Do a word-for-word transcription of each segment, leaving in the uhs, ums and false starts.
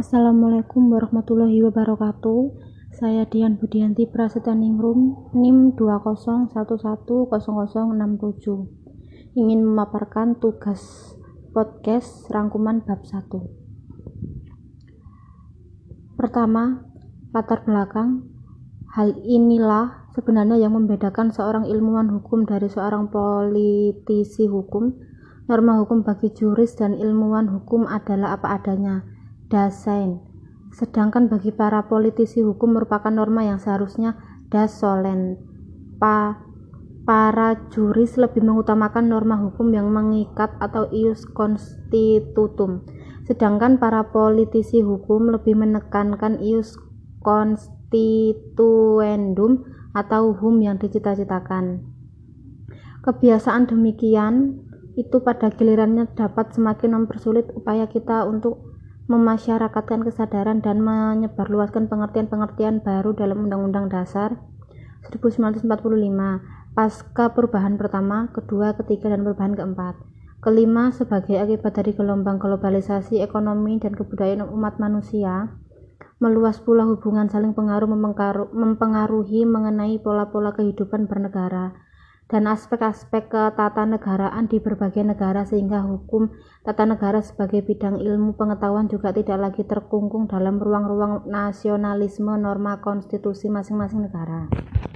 Assalamualaikum warahmatullahi wabarakatuh. Saya Dian Budianti Prasetyaningrum, N I M dua nol satu satu nol nol enam tujuh. Ingin memaparkan tugas podcast rangkuman bab satu. Pertama, latar belakang. Hal inilah sebenarnya yang membedakan seorang ilmuwan hukum dari seorang politisi hukum. Norma hukum bagi juris dan ilmuwan hukum adalah apa adanya, Dasein. Sedangkan bagi para politisi hukum merupakan norma yang seharusnya das solent. Pa, para juris lebih mengutamakan norma hukum yang mengikat atau ius constitutum. Sedangkan para politisi hukum lebih menekankan ius constituendum atau hum yang dicita-citakan. Kebiasaan demikian itu pada gilirannya dapat semakin mempersulit upaya kita untuk memasyarakatkan kesadaran dan menyebarluaskan pengertian-pengertian baru dalam Undang-Undang Dasar seribu sembilan ratus empat puluh lima, pasca perubahan pertama, kedua, ketiga, dan perubahan keempat. Kelima, sebagai akibat dari gelombang globalisasi ekonomi dan kebudayaan umat manusia, meluas pula hubungan saling pengaruh mempengaruhi mengenai pola-pola kehidupan bernegara dan aspek-aspek ketatanegaraan di berbagai negara, sehingga hukum tata negara sebagai bidang ilmu pengetahuan juga tidak lagi terkungkung dalam ruang-ruang nasionalisme norma konstitusi masing-masing negara.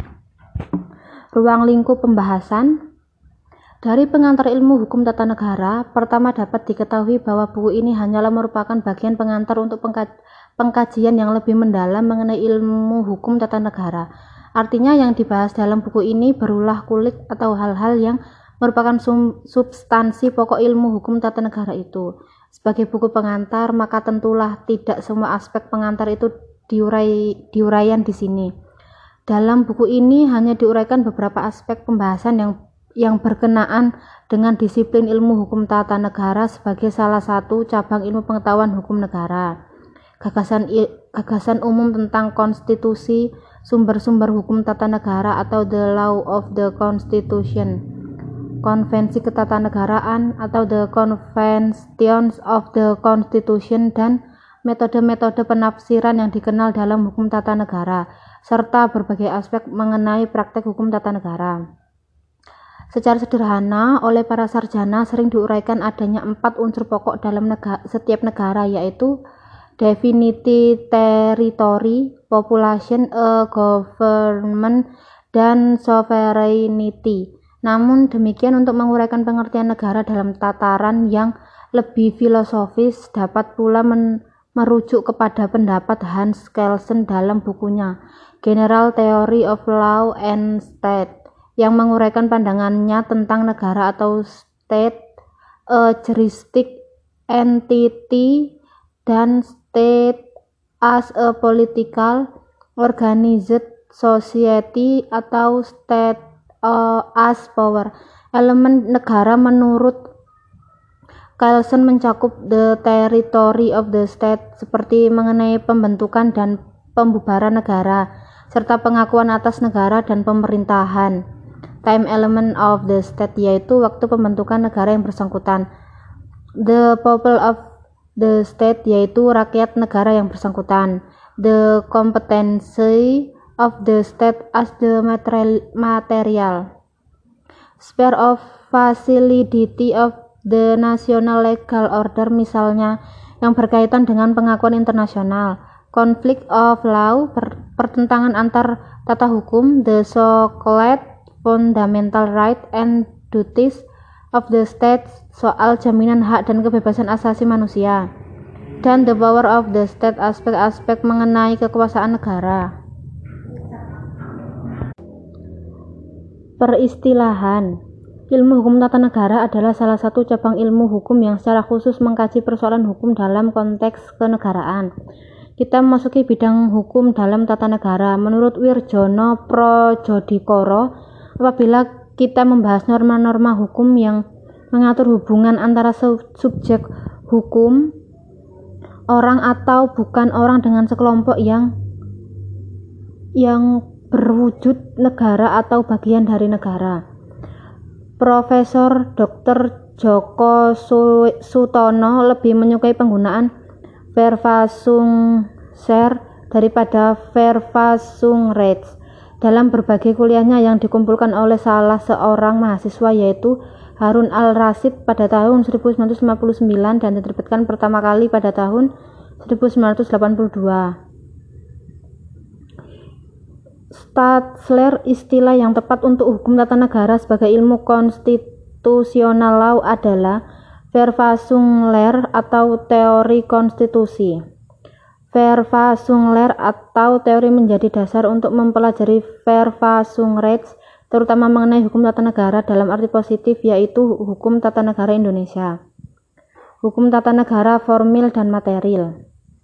Ruang lingkup pembahasan. Dari pengantar ilmu hukum tata negara, pertama dapat diketahui bahwa buku ini hanyalah merupakan bagian pengantar untuk pengka- pengkajian yang lebih mendalam mengenai ilmu hukum tata negara. Artinya yang dibahas dalam buku ini berulah kulit atau hal-hal yang merupakan sum, substansi pokok ilmu hukum tata negara itu. Sebagai buku pengantar, maka tentulah tidak semua aspek pengantar itu diurai, diuraian di sini. Dalam buku ini hanya diuraikan beberapa aspek pembahasan yang yang berkenaan dengan disiplin ilmu hukum tata negara sebagai salah satu cabang ilmu pengetahuan hukum negara. Gagasan gagasan umum tentang konstitusi, sumber-sumber hukum tata negara atau the law of the constitution, konvensi ketatanegaraan atau the conventions of the constitution, dan metode-metode penafsiran yang dikenal dalam hukum tata negara, serta berbagai aspek mengenai praktek hukum tata negara. Secara sederhana, oleh para sarjana sering diuraikan adanya empat unsur pokok dalam negara, setiap negara, yaitu definity, territory, population, a government, dan sovereignty. Namun demikian, untuk menguraikan pengertian negara dalam tataran yang lebih filosofis dapat pula men- merujuk kepada pendapat Hans Kelsen dalam bukunya General Theory of Law and State, yang menguraikan pandangannya tentang negara atau state, a juristic entity, dan state as a political organized society atau state uh, as power. Elemen negara menurut Kelsen mencakup the territory of the state, seperti mengenai pembentukan dan pembubaran negara, serta pengakuan atas negara dan pemerintahan. Time element of the state, yaitu waktu pembentukan negara yang bersangkutan. The people of the state, yaitu rakyat negara yang bersangkutan. The competency of the state as the material sphere of validity of the national legal order, misalnya yang berkaitan dengan pengakuan internasional. Conflict of law, per, pertentangan antar tata hukum. The so-called fundamental right and duties of the state, soal jaminan hak dan kebebasan asasi manusia. Dan the power of the state, aspek-aspek mengenai kekuasaan negara. Peristilahan. Ilmu hukum tata negara adalah salah satu cabang ilmu hukum yang secara khusus mengkaji persoalan hukum dalam konteks kenegaraan. Kita memasuki bidang hukum dalam tata negara. Menurut Wirjono Projodikoro, apabila kita membahas norma-norma hukum yang mengatur hubungan antara subjek hukum, orang atau bukan orang, dengan sekelompok yang yang berwujud negara atau bagian dari negara. Profesor Doktor Joko Sutono lebih menyukai penggunaan Verfassungsrecht daripada Verfassungsrecht. Dalam berbagai kuliahnya yang dikumpulkan oleh salah seorang mahasiswa yaitu Harun al-Rashid pada tahun seribu sembilan ratus lima puluh sembilan dan diterbitkan pertama kali pada tahun seribu sembilan ratus delapan puluh dua. Staatsrecht, istilah yang tepat untuk hukum tata negara sebagai ilmu konstitusional law adalah Verfassungsrecht atau teori konstitusi. Verfassungsrecht atau teori menjadi dasar untuk mempelajari Verfassungsrecht, terutama mengenai hukum tata negara dalam arti positif, yaitu hukum tata negara Indonesia. Hukum tata negara formil dan material.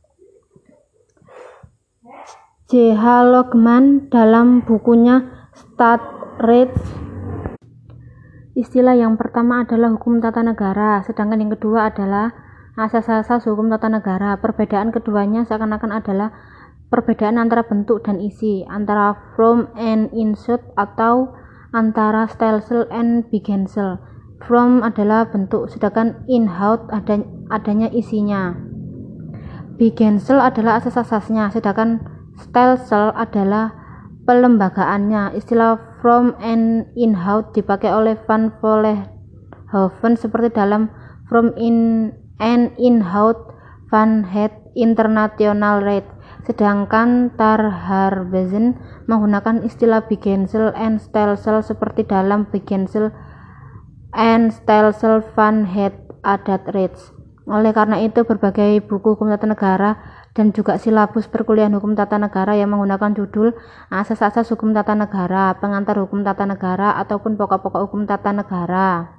J H Logman dalam bukunya Staatsrecht, istilah yang pertama adalah hukum tata negara, sedangkan yang kedua adalah asas-asas hukum tata negara. Perbedaan keduanya seakan-akan adalah perbedaan antara bentuk dan isi, antara form and insert atau antara stelsel and Beginsel. Form adalah bentuk, sedangkan inhoud adanya isinya. Beginsel adalah asas-asasnya, sedangkan stelsel adalah pelembagaannya. Istilah form and inhoud dipakai oleh Van Vollenhoven seperti dalam Form in and Inhoud van het International Recht, sedangkan Terharbezen menggunakan istilah Beginsel and stelsel seperti dalam Beginsel and stelsel van het Adat Recht. Oleh karena itu, berbagai buku hukum tata negara dan juga silabus perkuliahan hukum tata negara yang menggunakan judul asas-asas hukum tata negara, pengantar hukum tata negara, ataupun pokok-pokok hukum tata negara.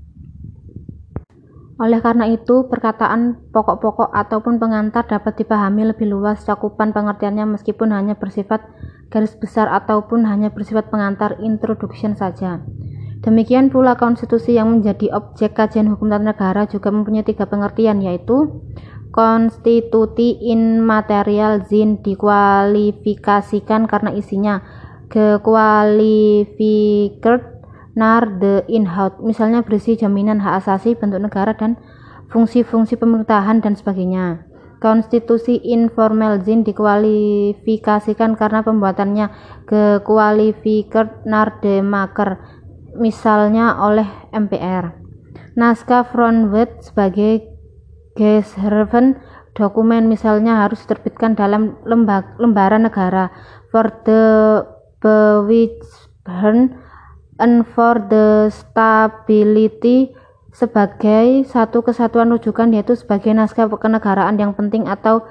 Oleh karena itu, perkataan pokok-pokok ataupun pengantar dapat dipahami lebih luas cakupan pengertiannya meskipun hanya bersifat garis besar ataupun hanya bersifat pengantar introduction saja. Demikian pula konstitusi yang menjadi objek kajian hukum tata negara juga mempunyai tiga pengertian, yaitu konstitusi in material zin dikualifikasikan karena isinya, gekwalificeerd naar de inhoud, misalnya berisi jaminan hak asasi, bentuk negara, dan fungsi-fungsi pemerintahan dan sebagainya. Konstitusi informel zin dikualifikasikan karena pembuatannya, gekwalificeerd naar de maker, misalnya oleh M P R. Naskah Grondwet sebagai geschreven dokumen, misalnya harus diterbitkan dalam lembaran negara, for the beweging and for the stability sebagai satu kesatuan rujukan, yaitu sebagai naskah kenegaraan yang penting atau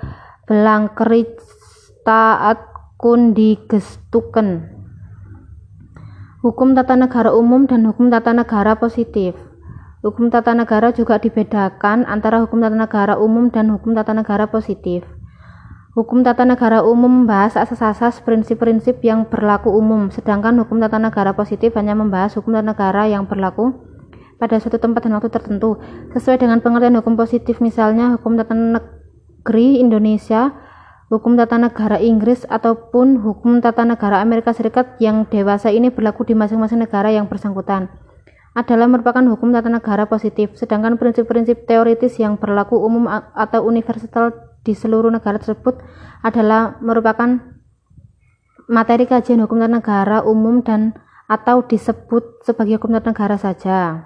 belangkerichtstaatkundigestukken. Hukum tata negara umum dan hukum tata negara positif. Hukum tata negara juga dibedakan antara hukum tata negara umum dan hukum tata negara positif. Hukum tata negara umum membahas asas-asas prinsip-prinsip yang berlaku umum, sedangkan hukum tata negara positif hanya membahas hukum tata negara yang berlaku pada suatu tempat dan waktu tertentu. Sesuai dengan pengertian hukum positif, misalnya hukum tata negeri Indonesia, hukum tata negara Inggris, ataupun hukum tata negara Amerika Serikat yang dewasa ini berlaku di masing-masing negara yang bersangkutan, adalah merupakan hukum tata negara positif, sedangkan prinsip-prinsip teoritis yang berlaku umum atau universal di seluruh negara tersebut adalah merupakan materi kajian hukum tata negara umum dan atau disebut sebagai hukum tata negara saja.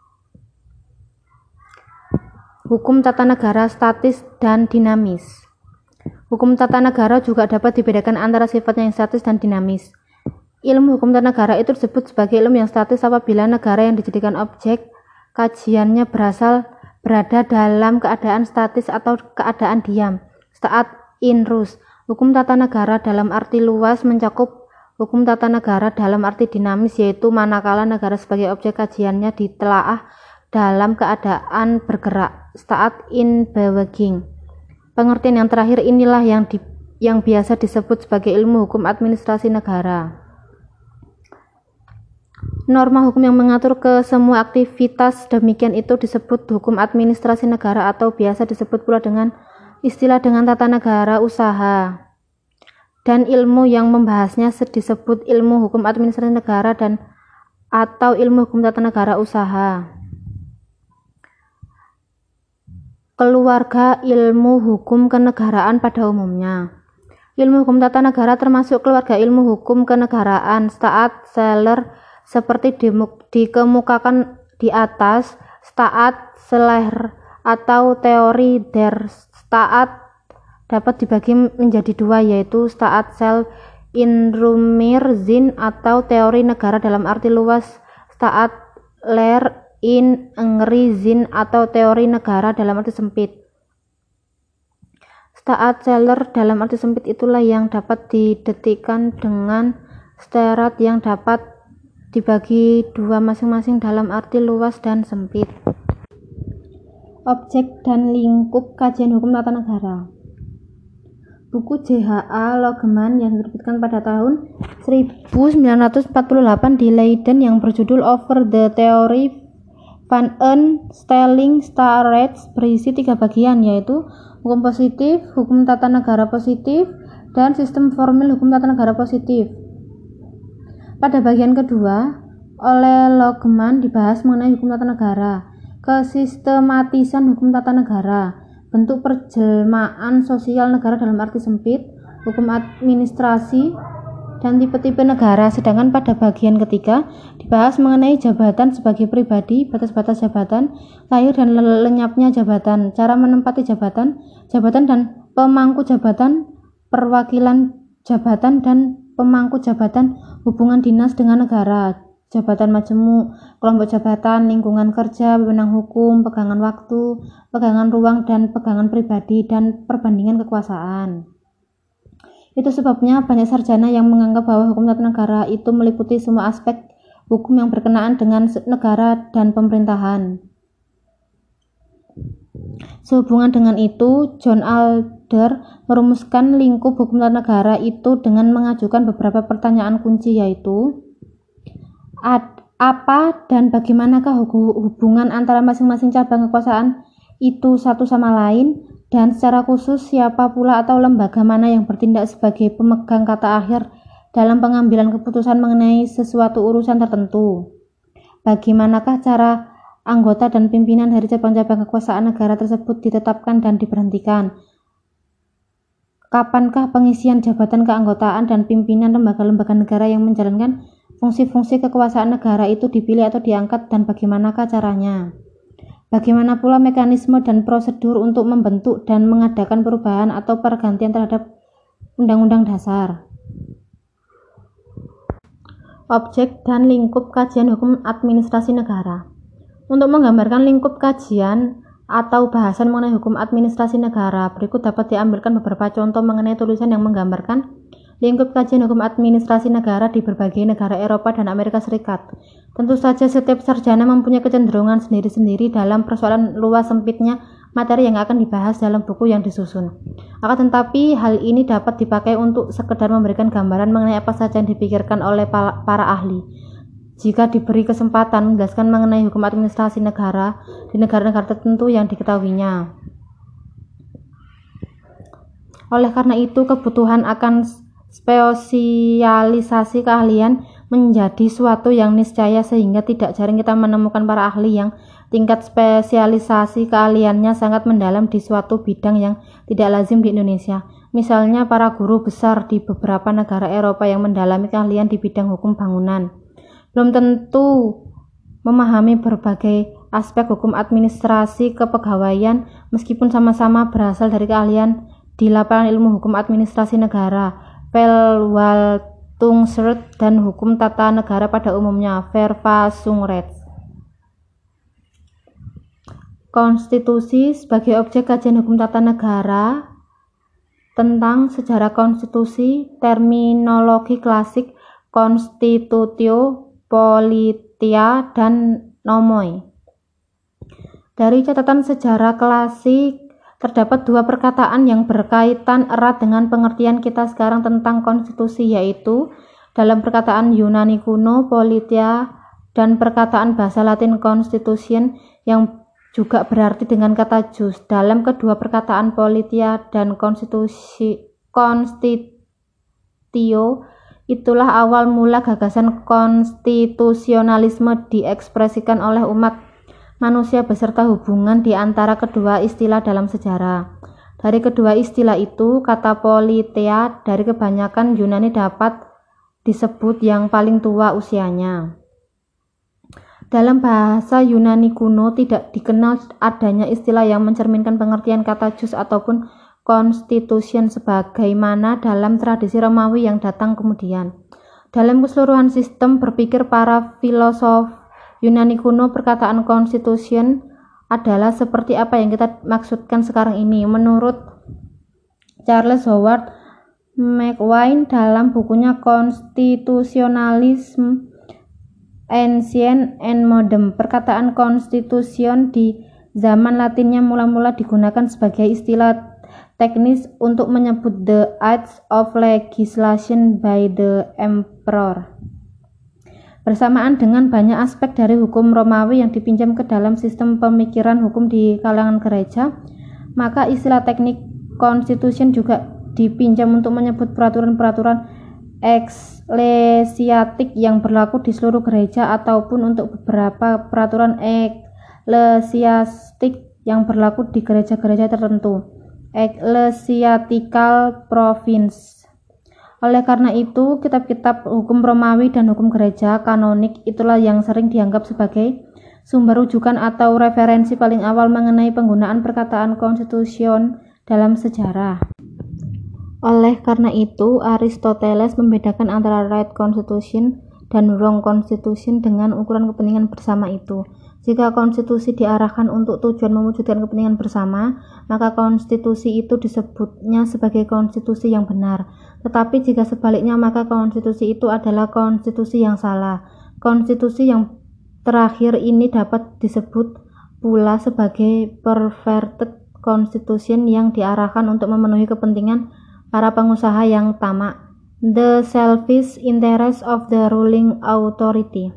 Hukum tata negara statis dan dinamis. Hukum tata negara juga dapat dibedakan antara sifatnya yang statis dan dinamis. Ilmu hukum tata negara itu disebut sebagai ilmu yang statis apabila negara yang dijadikan objek kajiannya berasal berada dalam keadaan statis atau keadaan diam, staat inrus. Hukum tata negara dalam arti luas mencakup hukum tata negara dalam arti dinamis, yaitu manakala negara sebagai objek kajiannya ditelaah dalam keadaan bergerak, staat in beweging. Pengertian yang terakhir inilah yang di, yang biasa disebut sebagai ilmu hukum administrasi negara. Norma hukum yang mengatur ke semua aktivitas demikian itu disebut hukum administrasi negara, atau biasa disebut pula dengan istilah dengan tata negara usaha. Dan ilmu yang membahasnya disebut ilmu hukum administrasi negara dan atau ilmu hukum tata negara usaha. keluarga ilmu hukum kenegaraan pada umumnya. Ilmu hukum tata negara termasuk keluarga ilmu hukum kenegaraan. Staat-Seler seperti dikemukakan di atas. Staat-Seler atau teori der Staat dapat dibagi menjadi dua, yaitu Staat-Sel Inrumir Zin atau teori negara dalam arti luas, Staat-Ler in Engri Zin atau teori negara dalam arti sempit. Staat-Seler dalam arti sempit itulah yang dapat didetikkan dengan sterat yang dapat dibagi dua masing-masing dalam arti luas dan sempit. Objek dan lingkup kajian hukum tata negara. Buku J H A Logeman yang diterbitkan pada tahun seribu sembilan ratus empat puluh delapan di Leiden yang berjudul Over the Theory van een Stelling-Staatrecht berisi tiga bagian, yaitu hukum positif, hukum tata negara positif, dan sistem formil hukum tata negara positif. Pada bagian kedua, oleh Logeman dibahas mengenai hukum tata negara, kesistematisan hukum tata negara, bentuk perjelmaan sosial negara dalam arti sempit, hukum administrasi, dan tipe-tipe negara. Sedangkan pada bagian ketiga dibahas mengenai jabatan sebagai pribadi, batas-batas jabatan, lahir dan lenyapnya jabatan, cara menempati jabatan, jabatan dan pemangku jabatan, perwakilan jabatan dan pemangku jabatan, hubungan dinas dengan negara, jabatan majemuk, kelompok jabatan, lingkungan kerja, wewenang hukum, pegangan waktu, pegangan ruang dan pegangan pribadi, dan perbandingan kekuasaan. Itu sebabnya banyak sarjana yang menganggap bahwa hukum tata negara itu meliputi semua aspek hukum yang berkenaan dengan negara dan pemerintahan. Sehubungan dengan itu, John Adler merumuskan lingkup hukum tata negara itu dengan mengajukan beberapa pertanyaan kunci, yaitu Ad, apa dan bagaimanakah hubungan antara masing-masing cabang kekuasaan itu satu sama lain, dan secara khusus siapa pula atau lembaga mana yang bertindak sebagai pemegang kata akhir dalam pengambilan keputusan mengenai sesuatu urusan tertentu. Bagaimanakah cara anggota dan pimpinan dari cabang-cabang kekuasaan negara tersebut ditetapkan dan diberhentikan? Kapankah pengisian jabatan keanggotaan dan pimpinan lembaga-lembaga negara yang menjalankan fungsi-fungsi kekuasaan negara itu dipilih atau diangkat, dan bagaimanakah caranya? Bagaimana pula mekanisme dan prosedur untuk membentuk dan mengadakan perubahan atau pergantian terhadap Undang-Undang Dasar? Objek dan lingkup kajian hukum administrasi negara. Untuk menggambarkan lingkup kajian atau bahasan mengenai hukum administrasi negara, berikut dapat diambilkan beberapa contoh mengenai tulisan yang menggambarkan lingkup kajian hukum administrasi negara di berbagai negara Eropa dan Amerika Serikat. Tentu saja setiap sarjana mempunyai kecenderungan sendiri-sendiri dalam persoalan luas sempitnya materi yang akan dibahas dalam buku yang disusun. Akan tetapi hal ini dapat dipakai untuk sekedar memberikan gambaran mengenai apa saja yang dipikirkan oleh para ahli. Jika diberi kesempatan menjelaskan mengenai hukum administrasi negara di negara-negara tertentu yang diketahuinya. Oleh karena itu, kebutuhan akan spesialisasi keahlian menjadi suatu yang niscaya, sehingga tidak jarang kita menemukan para ahli yang tingkat spesialisasi keahliannya sangat mendalam di suatu bidang yang tidak lazim di Indonesia. Misalnya para guru besar di beberapa negara Eropa yang mendalami keahlian di bidang hukum bangunan belum tentu memahami berbagai aspek hukum administrasi kepegawaian, meskipun sama-sama berasal dari keahlian di lapangan ilmu hukum administrasi negara, Verwaltungsrecht, dan hukum tata negara pada umumnya, Verfassungsrecht. Konstitusi sebagai objek kajian hukum tata negara. Tentang sejarah konstitusi, terminologi klasik, constitutio politia, dan nomoi. Dari catatan sejarah klasik terdapat dua perkataan yang berkaitan erat dengan pengertian kita sekarang tentang konstitusi, yaitu dalam perkataan Yunani kuno politia dan perkataan bahasa Latin constitution yang juga berarti dengan kata jus. Dalam kedua perkataan politia dan konstitusi constitutio, itulah awal mula gagasan konstitusionalisme diekspresikan oleh umat manusia beserta hubungan di antara kedua istilah dalam sejarah. Dari kedua istilah itu, kata politeia dari kebanyakan Yunani dapat disebut yang paling tua usianya. Dalam bahasa Yunani kuno tidak dikenal adanya istilah yang mencerminkan pengertian kata jus ataupun constitution sebagaimana dalam tradisi Romawi yang datang kemudian. Dalam keseluruhan sistem berpikir para filosof Yunani kuno, perkataan constitution adalah seperti apa yang kita maksudkan sekarang ini. Menurut Charles Howard McWine dalam bukunya Constitutionalism Ancient and Modern, perkataan constitution di zaman Latinnya mula-mula digunakan sebagai istilah teknis untuk menyebut the acts of legislation by the emperor. Bersamaan dengan banyak aspek dari hukum Romawi yang dipinjam ke dalam sistem pemikiran hukum di kalangan gereja, maka istilah teknik constitution juga dipinjam untuk menyebut peraturan-peraturan eklesiastik yang berlaku di seluruh gereja ataupun untuk beberapa peraturan eklesiastik yang berlaku di gereja-gereja tertentu, ecclesiastical province. Oleh karena itu, kitab-kitab hukum Romawi dan hukum gereja kanonik itulah yang sering dianggap sebagai sumber rujukan atau referensi paling awal mengenai penggunaan perkataan constitution dalam sejarah. Oleh karena itu, Aristoteles membedakan antara right constitution dan wrong constitution dengan ukuran kepentingan bersama itu. Jika konstitusi diarahkan untuk tujuan mewujudkan kepentingan bersama, maka konstitusi itu disebutnya sebagai konstitusi yang benar. Tetapi jika sebaliknya, maka konstitusi itu adalah konstitusi yang salah. Konstitusi yang terakhir ini dapat disebut pula sebagai perverted constitution yang diarahkan untuk memenuhi kepentingan para pengusaha yang tamak, the selfish interest of the ruling authority.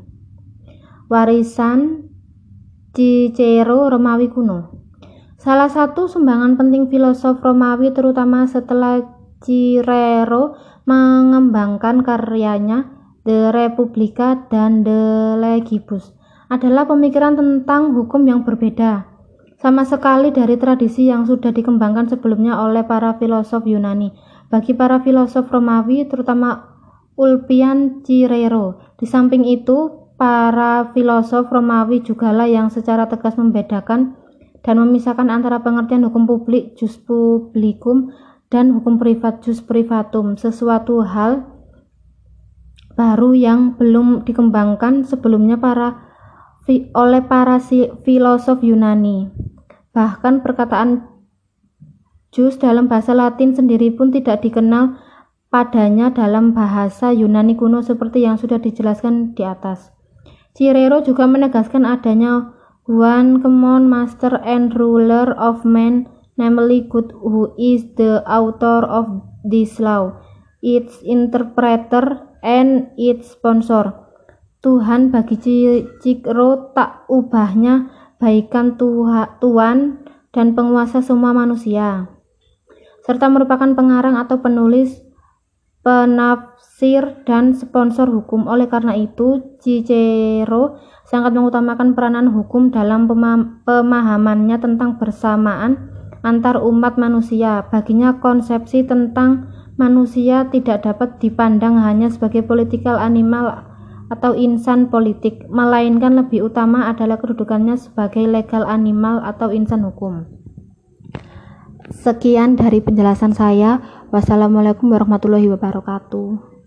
Warisan Cicero Romawi kuno. Salah satu sumbangan penting filosof Romawi terutama setelah Cicero mengembangkan karyanya De Republica dan De Legibus adalah pemikiran tentang hukum yang berbeda sama sekali dari tradisi yang sudah dikembangkan sebelumnya oleh para filosof Yunani. Bagi para filosof Romawi, terutama Ulpian Cicero, di samping itu, para filosof Romawi jugalah yang secara tegas membedakan dan memisahkan antara pengertian hukum publik jus publicum dan hukum privat jus privatum, sesuatu hal baru yang belum dikembangkan sebelumnya para oleh para filosof Yunani. Bahkan perkataan jus dalam bahasa Latin sendiri pun tidak dikenal padanya dalam bahasa Yunani kuno seperti yang sudah dijelaskan di atas. Cicero juga menegaskan adanya one common master and ruler of men, namely God, who is the author of this law, its interpreter, and its sponsor. Tuhan bagi Cicero tak ubahnya baikan Tuhan dan penguasa semua manusia, serta merupakan pengarang atau penulis, penafsir, dan sponsor hukum. Oleh karena itu, Cicero sangat mengutamakan peranan hukum dalam pemahamannya tentang bersamaan antar umat manusia. Baginya, konsepsi tentang manusia tidak dapat dipandang hanya sebagai political animal atau insan politik, melainkan lebih utama adalah kedudukannya sebagai legal animal atau insan hukum. Sekian dari penjelasan saya. Wassalamualaikum warahmatullahi wabarakatuh.